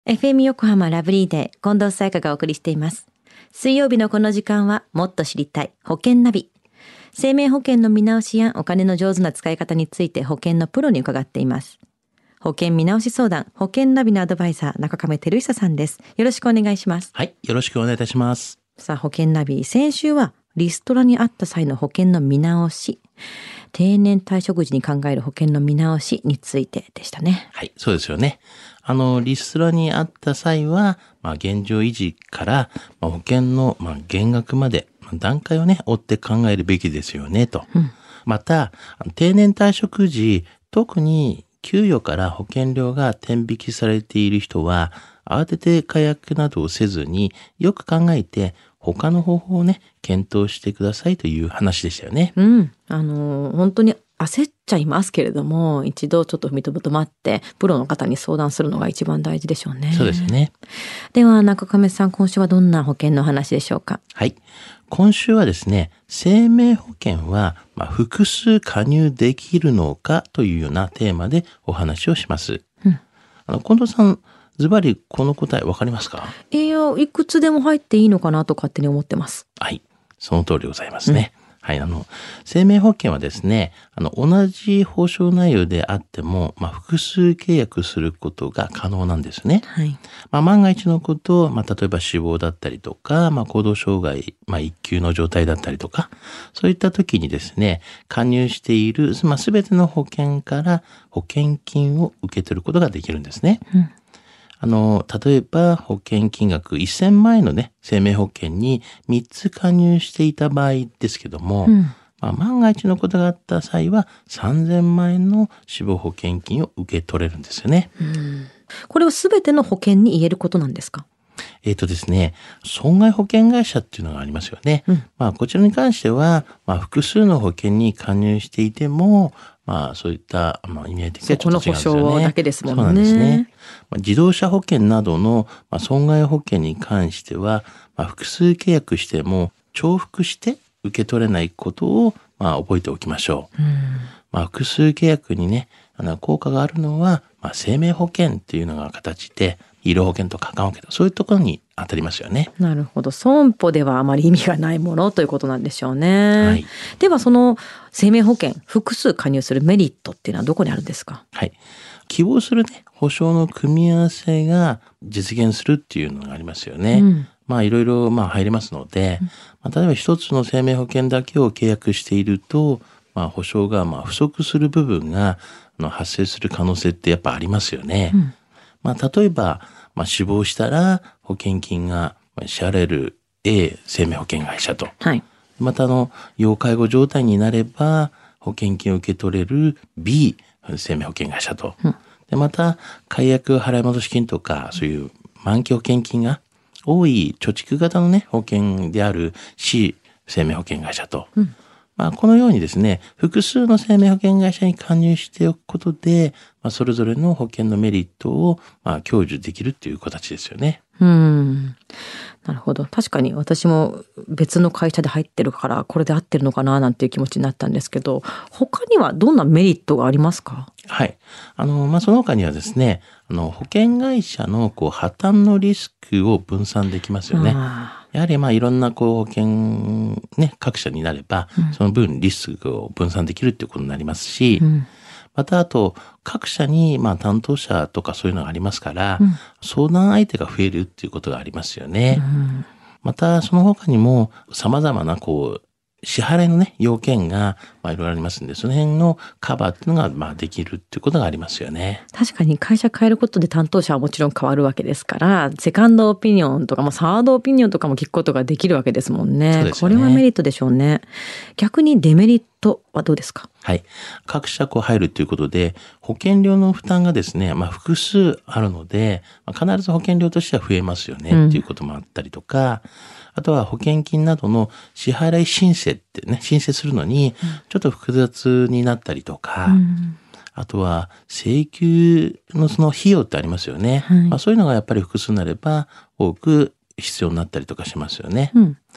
FM 横浜ラブリーデー、近藤沙耶香がお送りしています。水曜日のこの時間はもっと知りたい保険ナビ。生命保険の見直しやお金の上手な使い方について保険のプロに伺っています。保険見直し相談、保険ナビのアドバイザー、中亀照久さんです。よろしくお願いします。 はい、よろしくお願いいたします。 さあ、保険ナビ、先週はリストラにあった際の保険の見直し、定年退職時に考える保険の見直しについてでしたね。 はい、そうですよね。リストラにあった際は、現状維持から、保険の、減額まで、段階をね、追って考えるべきですよね、と。また、定年退職時、特に給与から保険料が天引きされている人は、慌てて解約などをせずに、よく考えて、他の方法をね、検討してくださいという話でしたよね。 本当に焦っちゃいますけれども、一度ちょっと踏みとどまって、プロの方に相談するのが一番大事でしょうね。 そうですね。 では、中亀さん、今週はどんな保険の話でしょうか？ はい。今週はですね、生命保険は、複数加入できるのかというようなテーマでお話をします。近藤さん、ズバリこの答えわかりますか？ いくつでも入っていいのかなと勝手に思ってます。 はい。その通りでございますね。はい。生命保険はですね、同じ保証内容であっても、複数契約することが可能なんですね。 はい。 万が一のこと、例えば死亡だったりとか、行動障害、一級の状態だったりとか、そういった時にですね、加入している、すべての保険から保険金を受け取ることができるんですね。例えば保険金額1000万円のね、生命保険に3つ加入していた場合ですけども、万が一のことがあった際は3000万円の死亡保険金を受け取れるんですよね。 これは全ての保険に言えることなんですか？ ですね、損害保険会社っていうのがありますよね。こちらに関しては、複数の保険に加入していても、そういった、意味合い的にはちょっと違うんですよね。 そこの保証だけですもんね。 そうなんですね。自動車保険などの、損害保険に関しては、複数契約しても重複して受け取れないことを、覚えておきましょう。複数契約にね、効果があるのは、生命保険っていうのが形で、医療保険とか看護保険とかそういうところに当たりますよね。 なるほど。損保ではあまり意味がないものということなんでしょうね。 はい。 ではその生命保険複数加入するメリットっていうのはどこにあるんですか？ はい。希望するね、保証の組み合わせが実現するっていうのがありますよね。いろいろ入りますので、例えば一つの生命保険だけを契約していると、保証が不足する部分が発生する可能性ってやっぱありますよね。例えば、死亡したら保険金が支払える A 生命保険会社と。 はい。 また要介護状態になれば保険金を受け取れる B 生命保険会社と。でまた解約払い戻し金とかそういう満期保険金が多い貯蓄型のね保険である C 生命保険会社と。このようにですね、複数の生命保険会社に加入しておくことで、それぞれの保険のメリットを享受できるっていう形ですよね。 なるほど。確かに私も別の会社で入ってるからこれで合ってるのかななんていう気持ちになったんですけど、他にはどんなメリットがありますか？ はい。その他にはですね、保険会社の破綻のリスクを分散できますよね。やはりいろんな保険ね、各社になれば、その分リスクを分散できるっていうことになりますし、またあと各社に担当者とかそういうのがありますから、相談相手が増えるっていうことがありますよね。またその他にも様々な支払いのね、要件が、いろいろありますんで、その辺のカバーっていうのが、できるっていうことがありますよね。 確かに会社変えることで担当者はもちろん変わるわけですから、セカンドオピニオンとかもサードオピニオンとかも聞くことができるわけですもんね。 そうですよね。 これはメリットでしょうね。逆にデメリットはどうですか？ はい。各社入るということで、保険料の負担がですね、複数あるので、必ず保険料としては増えますよね、っていうこともあったりとか、あとは保険金などの支払い申請ってね、申請するのにちょっと複雑になったりとか、あとは請求のその費用ってありますよね。そういうのがやっぱり複数になれば多く必要になったりとかしますよね。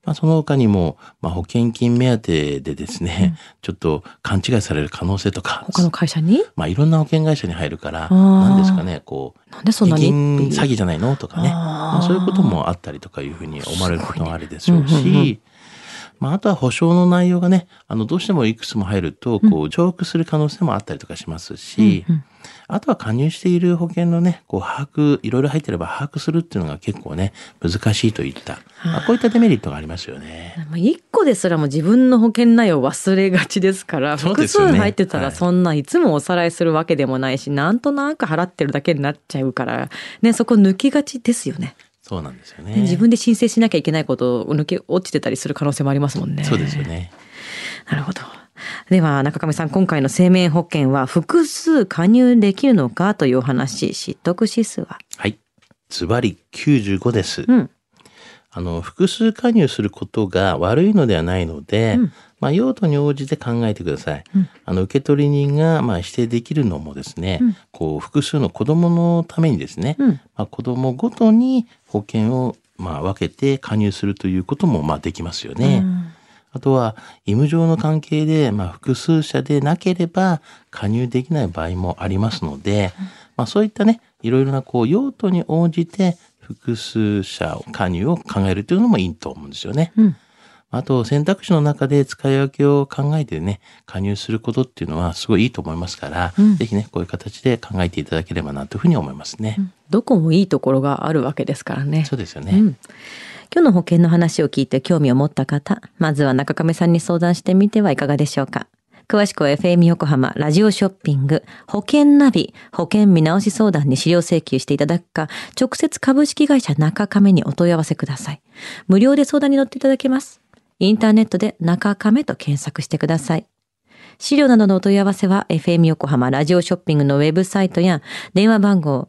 その他にも、保険金目当てでですね、ちょっと勘違いされる可能性とか。 他の会社にいろんな保険会社に入るから、なんですかね、 なんでそんなに現金詐欺じゃないのとかね。そういうこともあったりとかいうふうに思われることもあるでしょうし、あとは保証の内容がね、どうしてもいくつも入ると、重複する可能性もあったりとかしますし、あとは加入している保険のね、把握、いろいろ入ってれば把握するっていうのが結構ね、難しいといった、こういったデメリットがありますよね。 一個ですらも自分の保険内容を忘れがちですから、複数入ってたらそんないつもおさらいするわけでもないし、なんとなく払ってるだけになっちゃうから、ね、そこ抜きがちですよね。 そうなんですよね。 自分で申請しなきゃいけないことを抜け落ちてたりする可能性もありますもんね。 そうですよね。 なるほど。では中上さん、今回の生命保険は複数加入できるのかというお話、知得指数は？ はい。ズバリ95です。複数加入することが悪いのではないので、用途に応じて考えてください。受取人が指定できるのもですね、複数の子供のためにですね、子供ごとに保険を分けて加入するということもできますよね。あとは義務上の関係で複数社でなければ加入できない場合もありますので、そういったね、いろいろな用途に応じて複数社加入を考えるというのもいいと思うんですよね。あと選択肢の中で使い分けを考えてね、加入することっていうのはすごいいいと思いますから、ぜひね、こういう形で考えていただければなというふうに思いますね。 どこもいいところがあるわけですからね。 そうですよね。 今日の保険の話を聞いて興味を持った方、まずは中亀さんに相談してみてはいかがでしょうか。詳しくは FM 横浜ラジオショッピング保険ナビ保険見直し相談に資料請求していただくか、直接株式会社中亀にお問い合わせください。無料で相談に乗っていただけます。インターネットで中亀と検索してください。資料などのお問い合わせは FM 横浜ラジオショッピングのウェブサイトや電話番号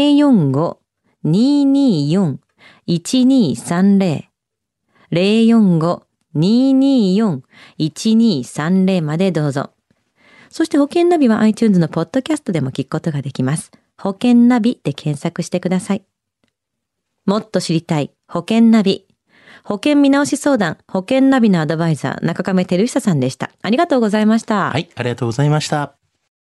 045-224-1230 045-224-1230 までどうぞ。そして保険ナビは iTunes のポッドキャストでも聞くことができます。保険ナビで検索してください。もっと知りたい保険ナビ。保険見直し相談、保険ナビのアドバイザー、中亀照久さんでした。ありがとうございました。 はい、ありがとうございました。